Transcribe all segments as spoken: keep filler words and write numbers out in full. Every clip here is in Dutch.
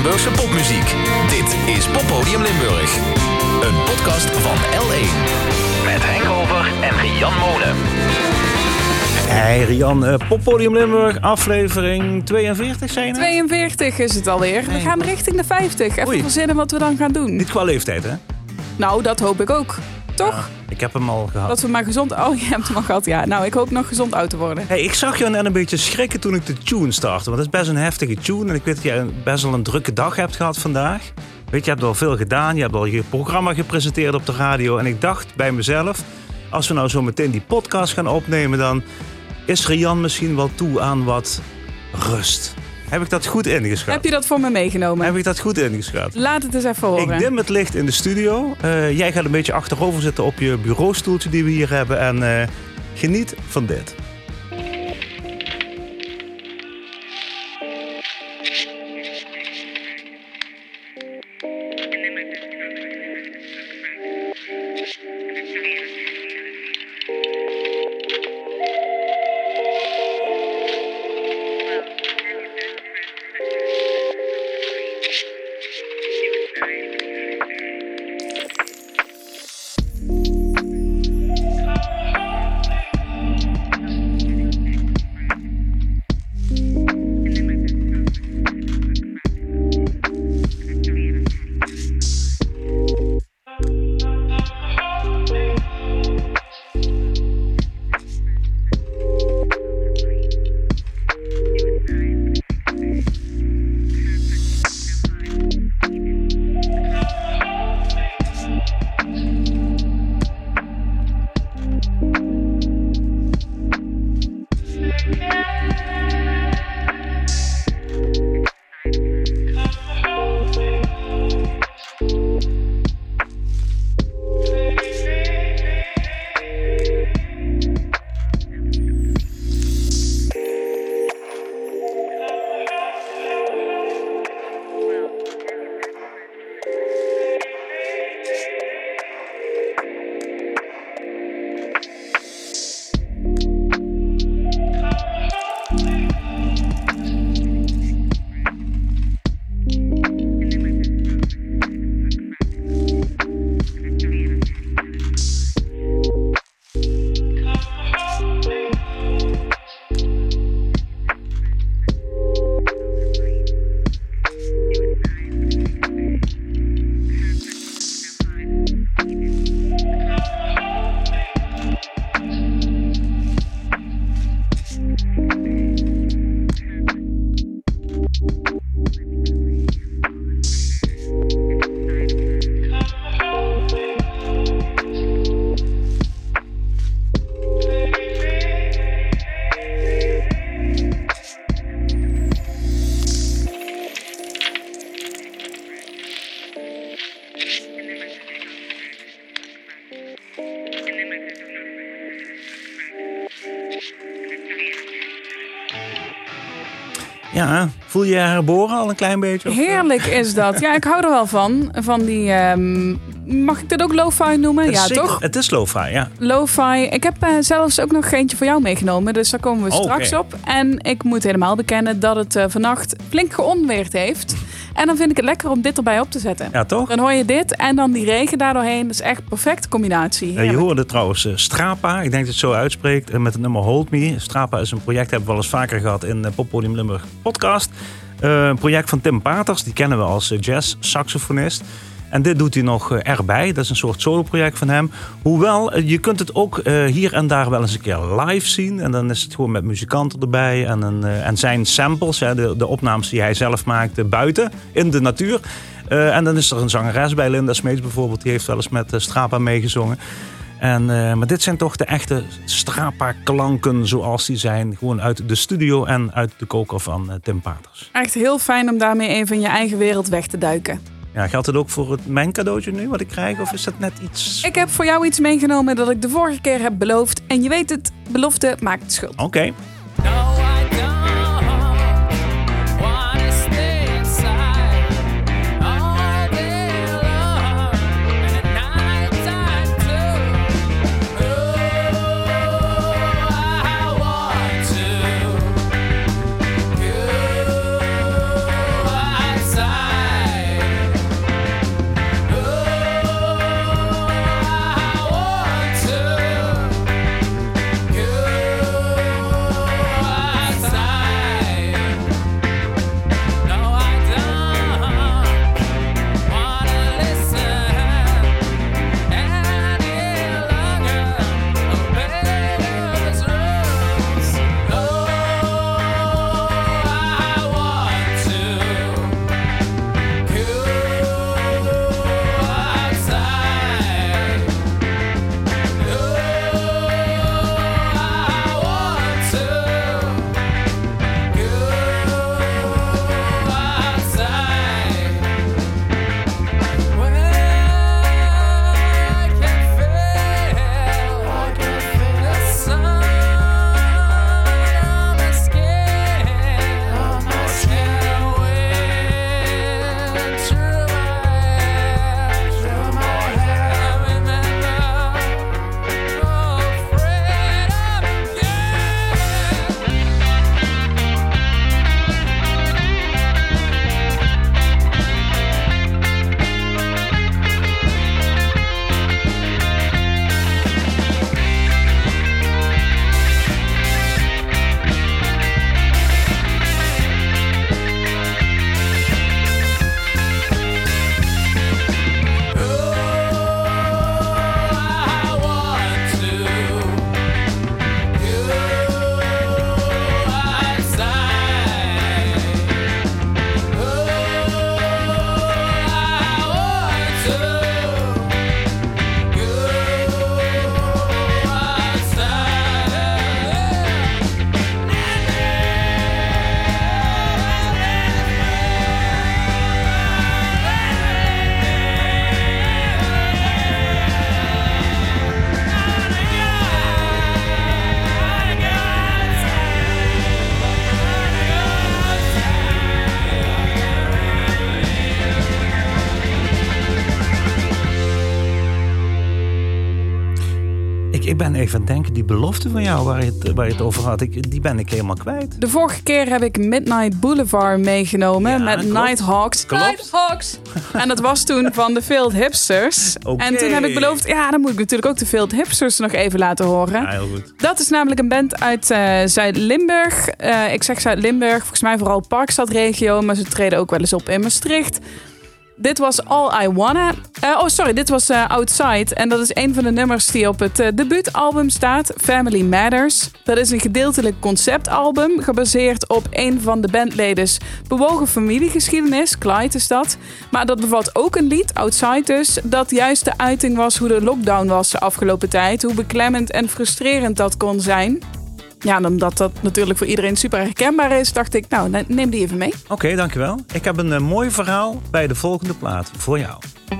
Limburgse popmuziek. Dit is Poppodium Limburg. Een podcast van L één. Met Henk Over en Rian Monen. Hey Rian, uh, Poppodium Limburg, aflevering tweeënveertig zijn er? tweeënveertig is het alweer. We gaan richting de vijftig. Even Oei. verzinnen wat we dan gaan doen. Niet qua leeftijd, hè? Nou, dat hoop ik ook. Toch? Ja, ik heb hem al gehad. Dat we maar gezond... Oh, je hebt hem al gehad, ja. Nou, ik hoop nog gezond oud te worden. Hey, ik zag je net een beetje schrikken toen ik de tune startte. Want het is best een heftige tune. En ik weet dat jij best wel een drukke dag hebt gehad vandaag. Weet je, je hebt al veel gedaan. Je hebt al je programma gepresenteerd op de radio. En ik dacht bij mezelf, als we nou zo meteen die podcast gaan opnemen, dan is Rian misschien wel toe aan wat rust. Heb ik dat goed ingeschat? Heb je dat voor me meegenomen? Heb ik dat goed ingeschat? Laat het eens even horen. Ik dim het licht in de studio. Uh, jij gaat een beetje achterover zitten op je bureaustoeltje die we hier hebben. En uh, geniet van dit. Ja, voel je je herboren al een klein beetje? Of? Heerlijk is dat. Ja, ik hou er wel van. Van die, um, mag ik dit ook lo-fi noemen? Ja, zeker, toch? Het is lo-fi, ja. Lo-fi. Ik heb uh, zelfs ook nog eentje voor jou meegenomen. Dus daar komen we oh, straks okay. op. En ik moet helemaal bekennen dat het uh, vannacht flink geonweerd heeft. En dan vind ik het lekker om dit erbij op te zetten. Ja, toch? Dan hoor je dit en dan die regen daardoorheen. Dat is echt een perfecte combinatie. Ja, je hoorde trouwens uh, Strapa, ik denk dat het zo uitspreekt, uh, met het nummer Hold Me. Strapa is een project, hebben we wel eens vaker gehad in de Poppodium Limburg podcast. Uh, een project van Tim Paters, die kennen we als uh, jazz-saxofonist. En dit doet hij nog uh, erbij. Dat is een soort solo-project van hem. Hoewel, uh, je kunt het ook uh, hier en daar wel eens een keer live zien. En dan is het gewoon met muzikanten erbij. En, een, uh, en zijn samples, hè, de, de opnames die hij zelf maakte buiten, in de natuur. Uh, en dan is er een zangeres bij, Linda Smeets bijvoorbeeld. Die heeft wel eens met uh, Strapa meegezongen. En, uh, maar dit zijn toch de echte Strapa-klanken zoals die zijn. Gewoon uit de studio en uit de koker van uh, Tim Paters. Echt heel fijn om daarmee even in je eigen wereld weg te duiken. Ja, geldt het ook voor het, mijn cadeautje nu wat ik krijg? Of is dat net iets... Ik heb voor jou iets meegenomen dat ik de vorige keer heb beloofd. En je weet het, belofte maakt schuld. Oké. Okay. Outside Ik, ik ben even aan het denken, die belofte van jou waar je het, waar je het over had, ik, die ben ik helemaal kwijt. De vorige keer heb ik Midnight Boulevard meegenomen Ja, met klopt. Nighthawks. Klopt. Nighthawks! En dat was toen van de Failed Hipsters. Oké. En toen heb ik beloofd, ja, dan moet ik natuurlijk ook de Failed Hipsters nog even laten horen. Ja, heel goed. Dat is namelijk een band uit uh, Zuid-Limburg. Uh, ik zeg Zuid-Limburg, volgens mij vooral Parkstadregio, maar ze treden ook wel eens op in Maastricht. Dit was All I Wanna. Uh, oh, sorry, dit was uh, Outside. En dat is een van de nummers die op het uh, debuutalbum staat, Family Matters. Dat is een gedeeltelijk conceptalbum, gebaseerd op een van de bandledes bewogen familiegeschiedenis. Clyde is dat. Maar dat bevat ook een lied, Outside dus, dat juist de uiting was hoe de lockdown was de afgelopen tijd. Hoe beklemmend en frustrerend dat kon zijn. Ja, en omdat dat natuurlijk voor iedereen super herkenbaar is, dacht ik, nou, neem die even mee. Oké, okay, dankjewel. Ik heb een uh, mooi verhaal bij de volgende plaat voor jou.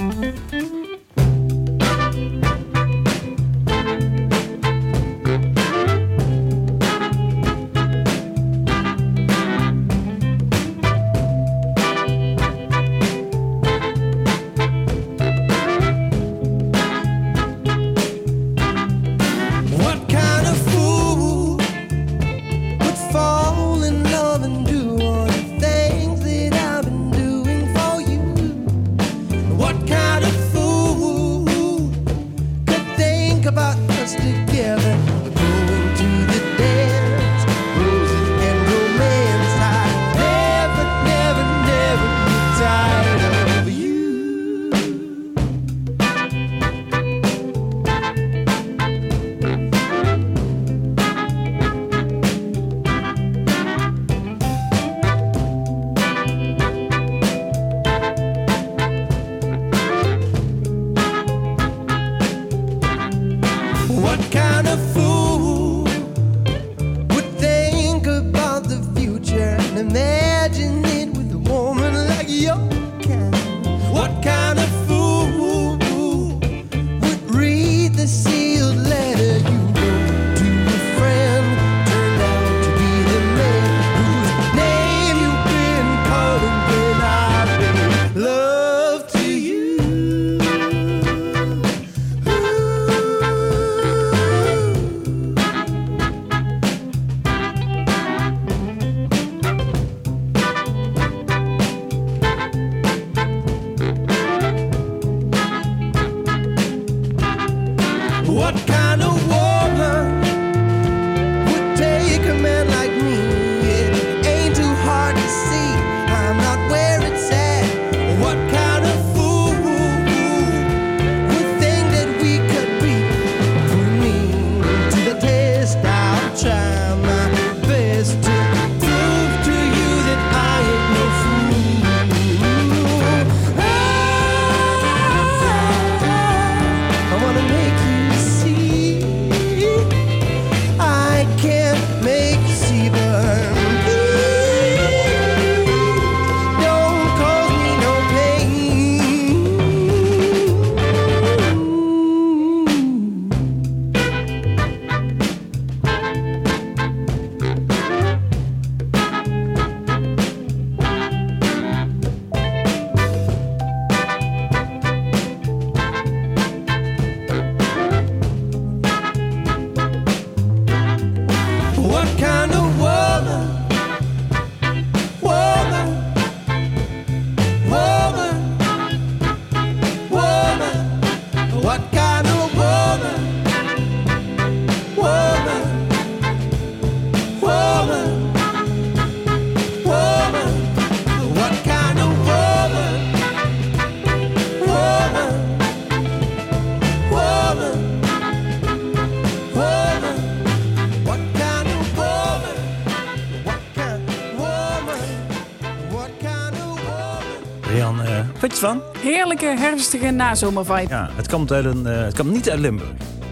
Rian, uh, vind je het van? Heerlijke, herfstige nazomervibe. Ja, het komt, uit een, uh, het komt niet uit Limburg.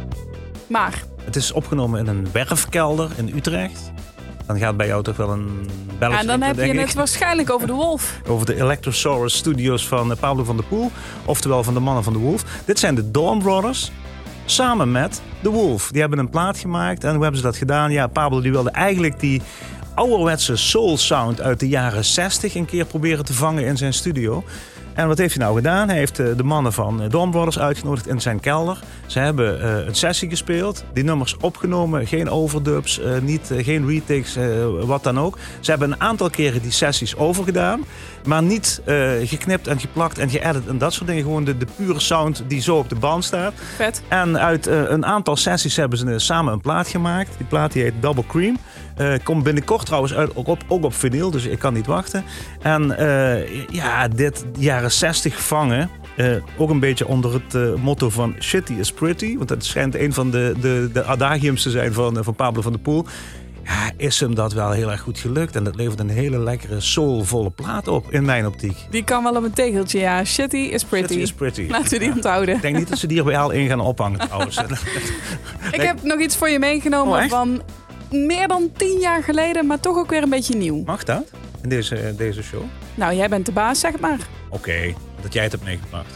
Maar? Het is opgenomen in een werfkelder in Utrecht. Dan gaat bij jou toch wel een belletje. En dan heb je ik. het waarschijnlijk over de Wolf. Over de Electrosaurus Studios van uh, Pablo van der Poel. Oftewel van de mannen van de Wolf. Dit zijn de Dawn Brothers. Samen met de Wolf. Die hebben een plaat gemaakt. En hoe hebben ze dat gedaan? Ja, Pablo die wilde eigenlijk die ouderwetse soul sound uit de jaren zestig een keer proberen te vangen in zijn studio. En wat heeft hij nou gedaan? Hij heeft de mannen van Dawn Brothers uitgenodigd in zijn kelder. Ze hebben uh, een sessie gespeeld. Die nummers opgenomen. Geen overdubs, uh, niet, uh, geen retakes, uh, wat dan ook. Ze hebben een aantal keren die sessies overgedaan. Maar niet uh, geknipt en geplakt en geëdit en dat soort dingen. Gewoon de, de pure sound die zo op de band staat. Vet. En uit uh, een aantal sessies hebben ze uh, samen een plaat gemaakt. Die plaat die heet Double Cream. Uh, komt binnenkort trouwens uit, ook op, ook op vinyl, dus ik kan niet wachten. En uh, ja, dit jaren zestig vangen. Uh, ook een beetje onder het uh, motto van Shitty is Pretty. Want dat schijnt een van de, de, de adagiums te zijn van, uh, van Pablo van der Poel. Ja, is hem dat wel heel erg goed gelukt. En dat levert een hele lekkere, soulvolle plaat op, in mijn optiek. Die kan wel op een tegeltje, ja. Shitty is pretty. Shitty is pretty. Laten we die ja. onthouden. Ik denk niet dat ze die er bij L één gaan ophangen trouwens. Ik heb nog iets voor je meegenomen oh, van meer dan tien jaar geleden, maar toch ook weer een beetje nieuw. Mag dat? In deze, deze show? Nou, jij bent de baas, zeg het maar. Oké, okay, dat jij het hebt meegebracht.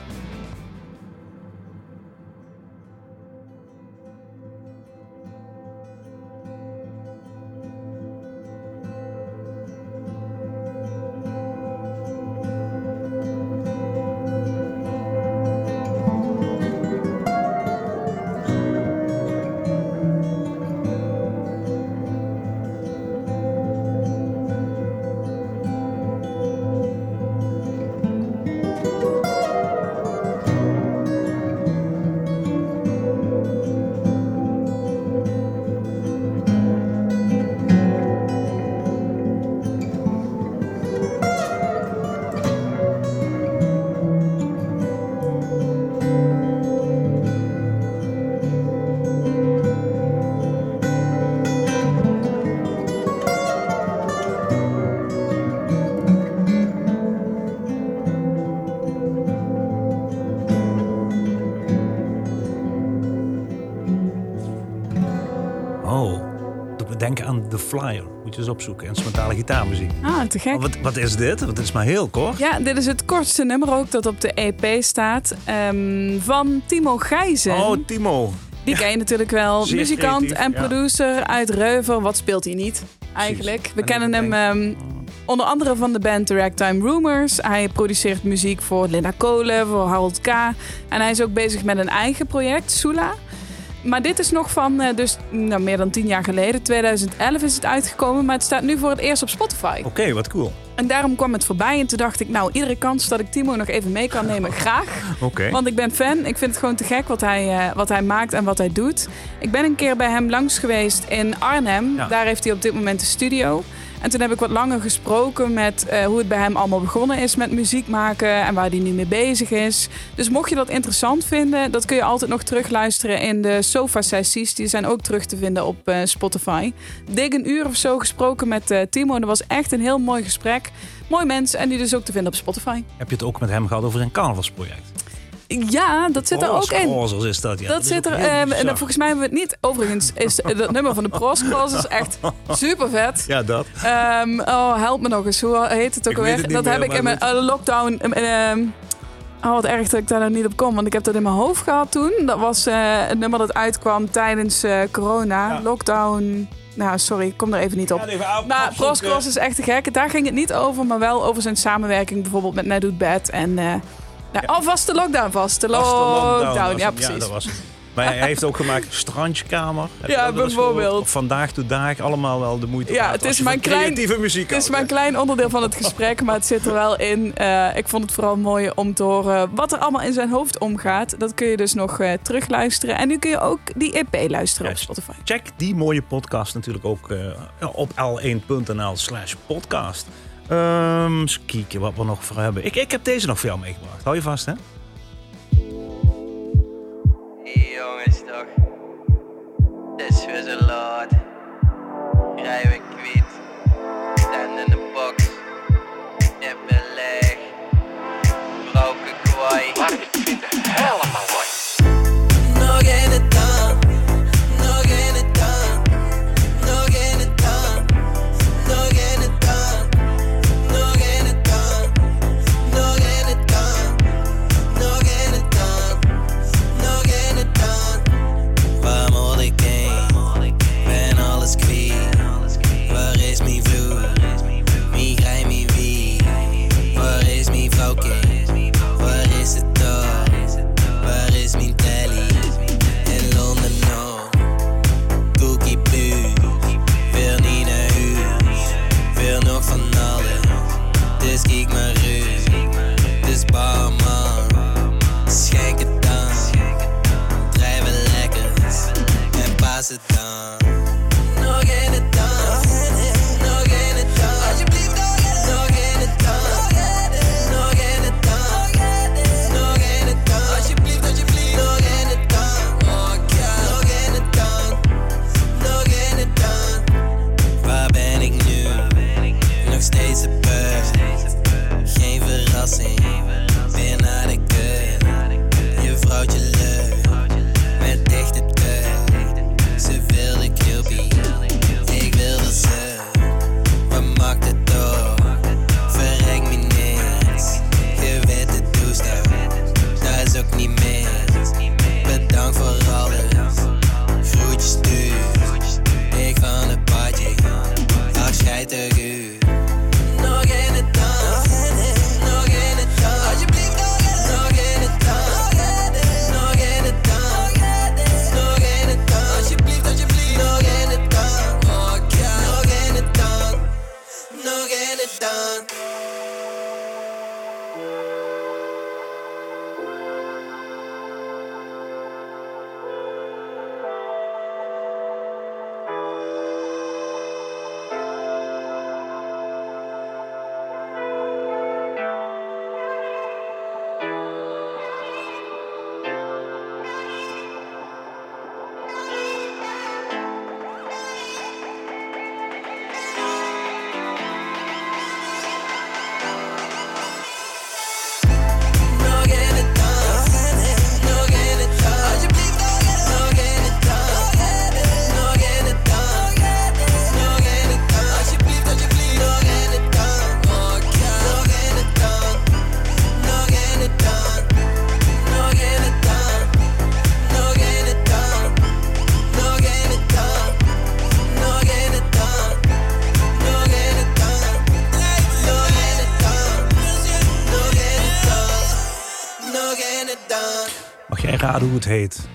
Denken aan The Flyer. Moet je eens opzoeken. Instrumentale gitaarmuziek. Ah, te gek. Wat, wat is dit? Want het is maar heel kort. Ja, dit is het kortste nummer ook dat op de E P staat. Um, van Timo Gijzen. Oh, Timo. Die ja. ken je natuurlijk wel. Zeer Muzikant creatief, en ja. producer uit Reuver. Wat speelt hij niet eigenlijk? Precies. We en kennen hem um, onder andere van de band The Ragtime Rumors. Hij produceert muziek voor Linda Kolen, voor Harold K. En hij is ook bezig met een eigen project, Sula. Maar dit is nog van uh, dus, nou, meer dan tien jaar geleden. twintig elf is het uitgekomen, maar het staat nu voor het eerst op Spotify. Oké, okay, wat cool. En daarom kwam het voorbij en toen dacht ik, nou, iedere kans dat ik Timo nog even mee kan nemen, graag. Okay. Want ik ben fan. Ik vind het gewoon te gek wat hij, uh, wat hij maakt en wat hij doet. Ik ben een keer bij hem langs geweest in Arnhem. Ja. Daar heeft hij op dit moment een studio. En toen heb ik wat langer gesproken met uh, hoe het bij hem allemaal begonnen is met muziek maken en waar hij nu mee bezig is. Dus mocht je dat interessant vinden, dat kun je altijd nog terugluisteren in de sofa-sessies. Die zijn ook terug te vinden op uh, Spotify. Dik een uur of zo gesproken met uh, Timo. Dat was echt een heel mooi gesprek. Mooi mens en die dus ook te vinden op Spotify. Heb je het ook met hem gehad over zijn carnavalsproject? Ja, dat zit er ook in. Proscrossers is dat, ja. Dat, dat zit er. Um, en volgens mij hebben we het niet. Overigens is dat nummer van de Proscrossers echt super vet. Ja, dat. Um, oh, help me nog eens. Hoe heet het ook ik alweer? Het dat meer, heb ik in mijn uh, lockdown. Um, oh, wat erg dat ik daar nou niet op kom, want ik heb dat in mijn hoofd gehad toen. Dat was uh, een nummer dat uitkwam tijdens uh, corona, ja. Lockdown. Nou, sorry, ik kom er even niet op. Ja, nou, Proscross is echt te gek. Daar ging het niet over, maar wel over zijn samenwerking bijvoorbeeld met Net Doet Bad en. Uh, Ja, ja. Oh, vaste lockdown, vaste lockdown. lockdown. Ja, precies. Ja, dat was het. Maar hij heeft ook gemaakt Strandjekamer. Ja, bijvoorbeeld. Vandaag tot dag, allemaal wel de moeite ja, waard. Het is, mijn klein, muziek het is mijn klein onderdeel van het gesprek, maar het zit er wel in. Uh, ik vond het vooral mooi om te horen wat er allemaal in zijn hoofd omgaat. Dat kun je dus nog uh, terugluisteren. En nu kun je ook die E P luisteren yes. op Spotify. Check die mooie podcast natuurlijk ook uh, op l één punt n l slash podcast. Um, eens kijken wat we nog voor hebben. Ik, ik heb deze nog voor jou meegebracht. Hou je vast, hè? Hey jongens toch. Het is weer zo laat. Rijden we kwijt. Stand in de box. Nippen leeg. Vrouwke kwaai. Maar ik vind het helemaal mooi. Nog in het dan. Nog in het dan. Nog in het dan. Nog in het dan. Nog in het dan. Nog in het dan. verrassing. Weer naar de keuken, je vrouwtje leuk, met dichte teug. Ze wilde killbie, ik wilde ze. Wat maakt het toch? Verrek me niks. Je weet het toestel, dat is ook niet mis. Bedankt voor alles, groetjes stuur. Ik van het padje, ach schijt te guur. Nog in het dans, nog in het dans. Alsjeblieft nog in het dans, nog in het dans, nog in het dans. Alsjeblieft, alsjeblieft, nog in het dans. Oh God, nog in het dans, nog in het dans. Mag jij raden hoe het heet?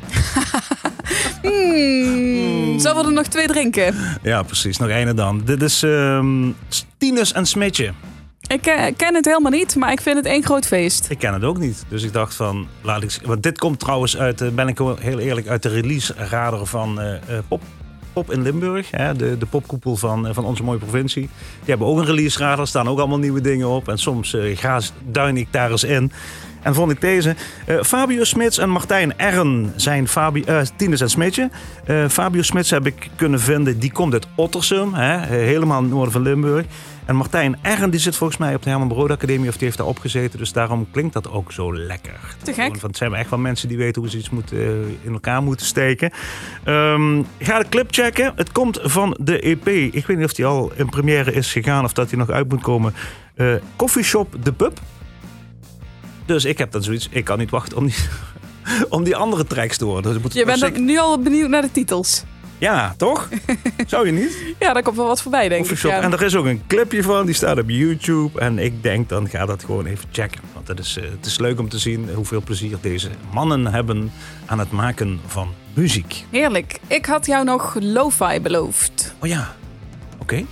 Hmm, Zullen we er nog twee drinken? Ja, precies. Nog één dan. Dit is um, Tinus en Smetje. Ik uh, ken het helemaal niet, maar ik vind het één groot feest. Ik ken het ook niet. Dus ik dacht van, laat ik... Want dit komt trouwens uit, uh, ben ik heel eerlijk, uit de release-radar van uh, uh, Pop. Pop in Limburg, hè, de, de popkoepel van, van onze mooie provincie. Die hebben ook een release-radar, er staan ook allemaal nieuwe dingen op. En soms uh, ga, duin ik daar eens in. En vond ik deze. Uh, Fabio Smits en Martijn Ern zijn Fabi, uh, Tinus en Smetje. Uh, Fabio Smits heb ik kunnen vinden, die komt uit Ottersum, hè, helemaal in het noorden van Limburg. En Martijn Ern, die zit volgens mij op de Herman Brood Academie, of die heeft daar opgezeten. Dus daarom klinkt dat ook zo lekker. Te gek. Want het zijn echt wel mensen die weten hoe ze iets moeten, uh, in elkaar moeten steken. Um, ga de clip checken. Het komt van de E P. Ik weet niet of die al in première is gegaan of dat die nog uit moet komen. Uh, Coffeeshop De Pub. Dus ik heb dan zoiets. Ik kan niet wachten om die, om die andere tracks te horen. Dus moet je bent ook nu al benieuwd naar de titels. Ja, toch? Zou je niet? Ja, daar komt wel wat voorbij, denk ik. Ja. En er is ook een clipje van, die staat op YouTube. En ik denk, dan ga dat gewoon even checken. Want het is, uh, het is leuk om te zien hoeveel plezier deze mannen hebben aan het maken van muziek. Heerlijk. Ik had jou nog lo-fi beloofd. Oh ja, oké. Okay.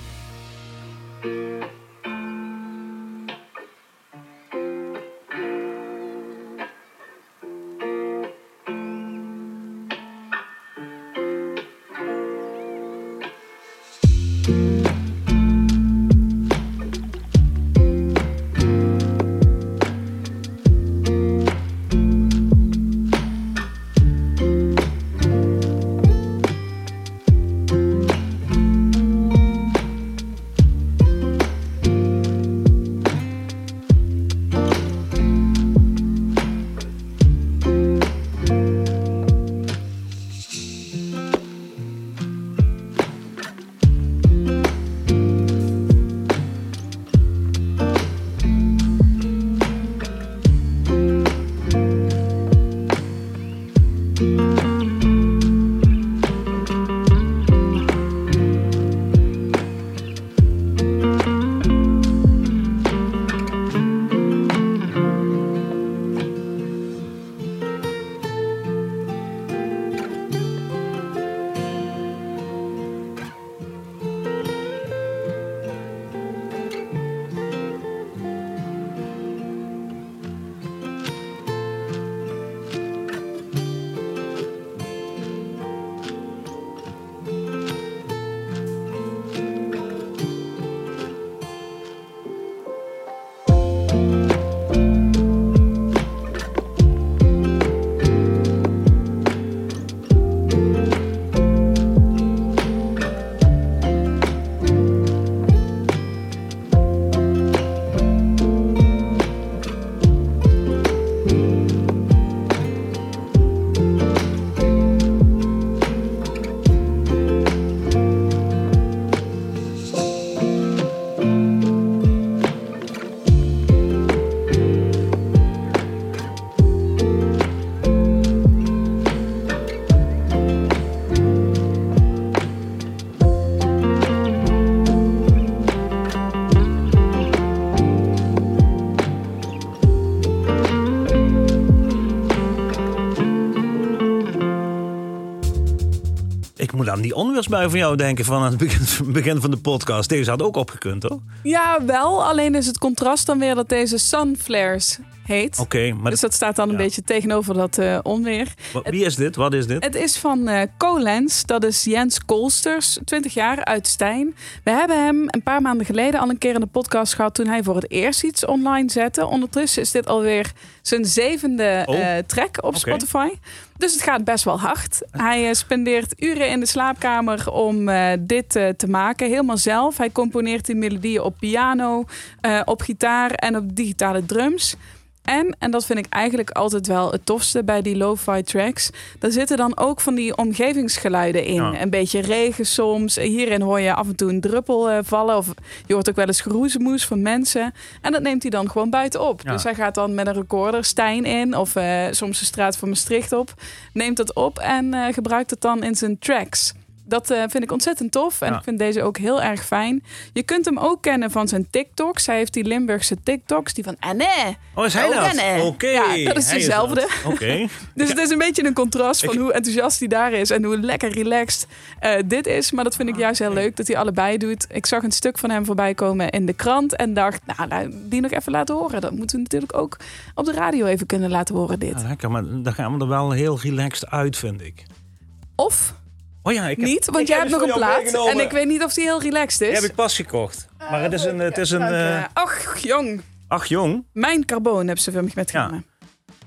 dan die onweersbui van jou denken van aan het begin, begin van de podcast. Deze had ook opgekund, hoor. Ja, wel. Alleen is het contrast dan weer dat deze sunflares heet. Oké, okay, maar dus dat staat dan een ja. beetje tegenover dat uh, onweer. Wat, wie is dit? Wat is dit? Het is van uh, Colens. Dat is Jens Kolsters, twintig jaar, uit Stijn. We hebben hem een paar maanden geleden al een keer in de podcast gehad toen hij voor het eerst iets online zette. Ondertussen is dit alweer zijn zevende oh. uh, track op okay. Spotify. Dus het gaat best wel hard. Hij uh, spendeert uren in de slaapkamer om uh, dit uh, te maken. Helemaal zelf. Hij componeert die melodieën op piano, uh, op gitaar en op digitale drums. En, en dat vind ik eigenlijk altijd wel het tofste bij die lo-fi tracks. Daar zitten dan ook van die omgevingsgeluiden in. Ja. Een beetje regen soms. Hierin hoor je af en toe een druppel uh, vallen. Of je hoort ook wel eens geroezemoes van mensen. En dat neemt hij dan gewoon buiten op. Ja. Dus hij gaat dan met een recorder Stijn in. Of uh, soms de straat van Maastricht op. Neemt dat op en uh, gebruikt het dan in zijn tracks. Dat uh, vind ik ontzettend tof. En ja. ik vind deze ook heel erg fijn. Je kunt hem ook kennen van zijn TikToks. Hij heeft die Limburgse TikToks. Die van Anne. Oh, is hij oh, dat? Oké. Okay. Ja, dat is hij dezelfde. Oké. Okay. Dus het is een beetje een contrast van ik... hoe enthousiast hij daar is. En hoe lekker relaxed uh, dit is. Maar dat vind ik juist heel leuk dat hij allebei doet. Ik zag een stuk van hem voorbij komen in de krant. En dacht, nou, die nog even laten horen. Dat moeten we natuurlijk ook op de radio even kunnen laten horen, dit. Ja, lekker, maar dan gaan we er wel heel relaxed uit, vind ik. Of... Oh ja, ik heb, niet, want jij hebt nog een plaat. En ik weet niet of die heel relaxed is. Die heb ik pas gekocht. Maar het is een... Het is een uh... Ach, jong. Ach, jong? Mijn Carbone hebben ze voor mij metgenomen. Ja.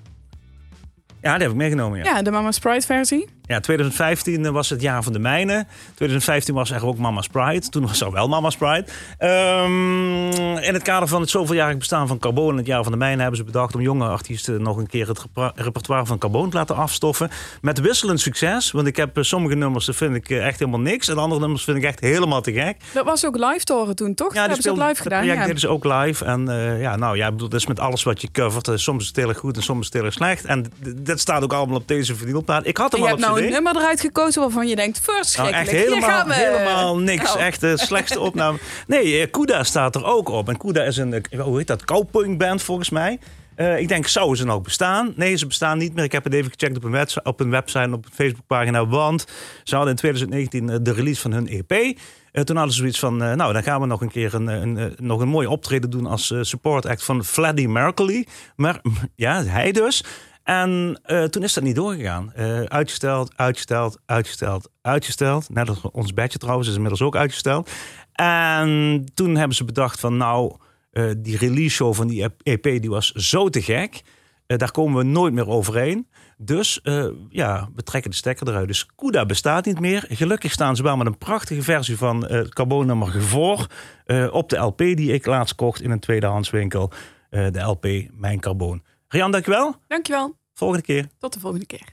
ja, die heb ik meegenomen, ja. Ja, de Mama's Pride versie. Ja, twintig vijftien was het jaar van de mijnen. twintig vijftien was er ook Mama's Pride. Toen was er wel Mama's Pride. Um, in het kader van het zoveeljarig bestaan van Carbone in het jaar van de mijnen hebben ze bedacht om jonge artiesten nog een keer het repra- repertoire van Carbone te laten afstoffen. Met wisselend succes. Want ik heb uh, sommige nummers, dat vind ik uh, echt helemaal niks. En andere nummers vind ik echt helemaal te gek. Dat was ook live te horen toen, toch? Ja, dat hebben ze ook live gedaan. Ja, ja. dit is ook live. En uh, ja, nou ja, dat is met alles wat je covert. Uh, soms is het heel erg goed en soms is het heel erg slecht. En d- dat staat ook allemaal op deze vinylplaat. Ik had hem en al op je hebt nou C D. een nummer eruit gekozen waarvan je denkt, verschrikkelijk. Nou, echt helemaal, Hier gaan we. helemaal niks. Oh. Echt de slechtste opname. Nee, uh, Kuda staat er ook op. En Kuda is een, uh, hoe heet dat, cowpunk band volgens mij. Uh, ik denk, zouden ze nog bestaan? Nee, ze bestaan niet meer. Ik heb het even gecheckt op een, website, op een website en op een Facebookpagina. Want ze hadden in twintig negentien uh, de release van hun E P. Uh, toen hadden ze zoiets van, uh, nou, dan gaan we nog een keer een, een, een, nog een mooie optreden doen als uh, support act van Freddie Mercury. Maar ja, hij dus. En uh, toen is dat niet doorgegaan. Uh, uitgesteld, uitgesteld, uitgesteld, uitgesteld. Net als ons badge trouwens is inmiddels ook uitgesteld. En toen hebben ze bedacht van nou, uh, die release show van die E P die was zo te gek. Uh, daar komen we nooit meer overheen. Dus uh, ja, we trekken de stekker eruit. Dus Kuda bestaat niet meer. Gelukkig staan ze wel met een prachtige versie van uh, het Carbone nummer voor. Uh, op de L P die ik laatst kocht in een tweedehandswinkel. Uh, de L P Mijn Carbone. Rian, dankjewel. Dankjewel. Volgende keer. Tot de volgende keer.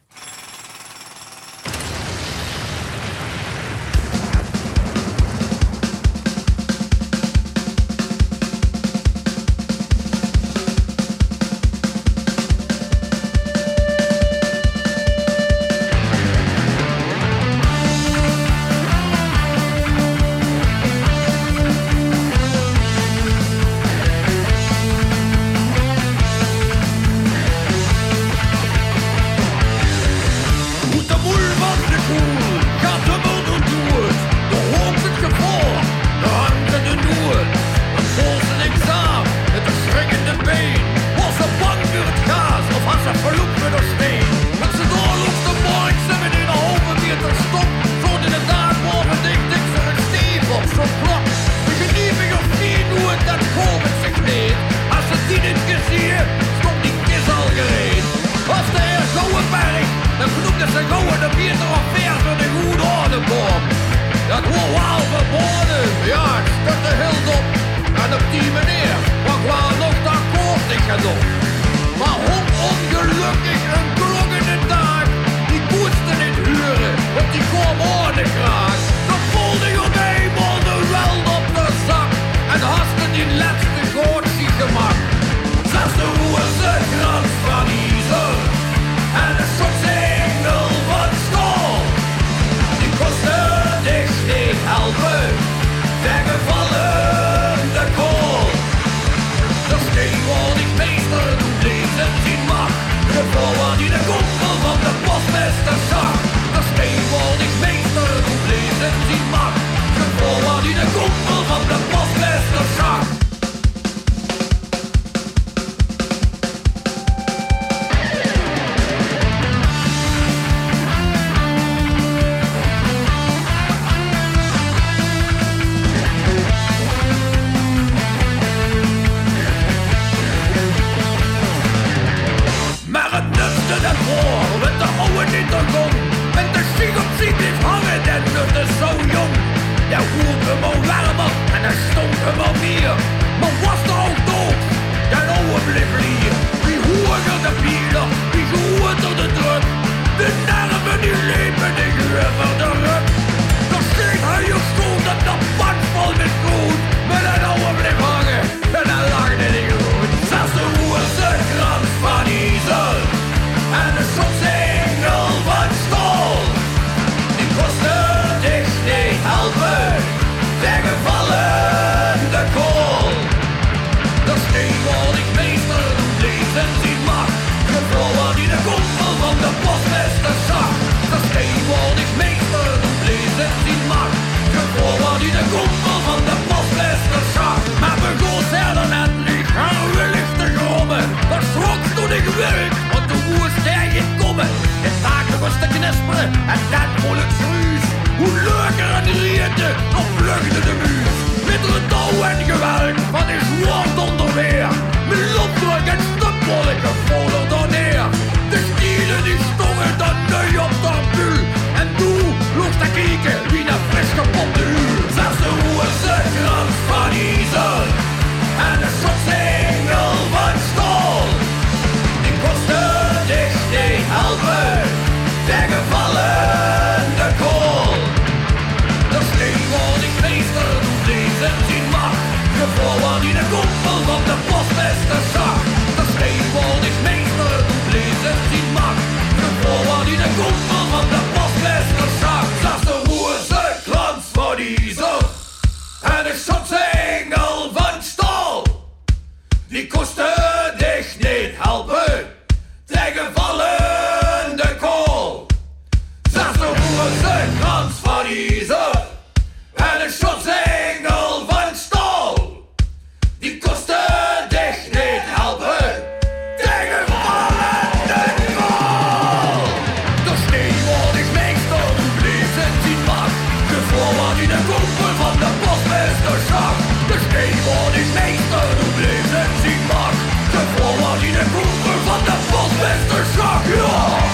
zin mag. Gevlogen in de koepel van de postmeesterszaak. Dat tegenwoordig meester de lezen zien mag. Gevlogen in de koepel van de postmeesterszaak. Maar begon verder net niet gaan wellicht te grommen. Dat schrok toen ik werk, want de woest hij niet komen. Het taakte was te knisperen en dat moeilijk schruis. Hoe leuker en riette, dan vluchtte de muur. Met een touw en geweld van die zwart onderweer. Met lopdruk en stupwolken voller dan neer. De stielen die stongen dan nu op de buur. En toen loog te kijken wie naar fris gepotte uur. Zelfs de roerse krans van Iezel en de schutsengel van Stal. Die kosten dicht niet helpen tegen vallende kool. De tegenwoordig meester doet deze zien mag. Gevlogen in de koepel van de postmeesterszaak. De tegenwoordig meester doet deze zien mag. Gevlogen in de koepel van de postmeesterszaak. Zelfs de roerse krans van Iezel en de schutsengel van Stal. Die kosten dicht niet helpen tegen vallende kool. Zelfs de roerse krans van Iezel en de schutsengel van Stal. Die kosten dicht niet helpen tegen vallende kool. De tegenwoordig meester doet lezen zien mag. Gevlogen in de koepel van de postmeesterszaak. De tegenwoordig meester doet lezen zien mag. Gevlogen in de koepel van de postmeesterszaak. Ja!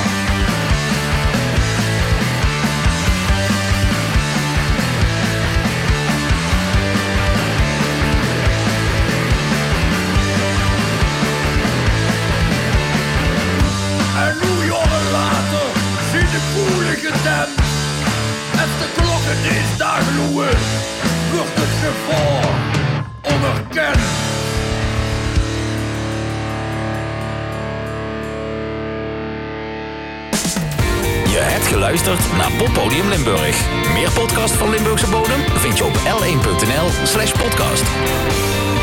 En nu jaren later zien de koelen gedempt. En de klokken is daar gloeien, wordt het gevaar onherkend. Je hebt geluisterd naar Poppodium Limburg. Meer podcast van Limburgse bodem vind je op l één punt n l slash podcast.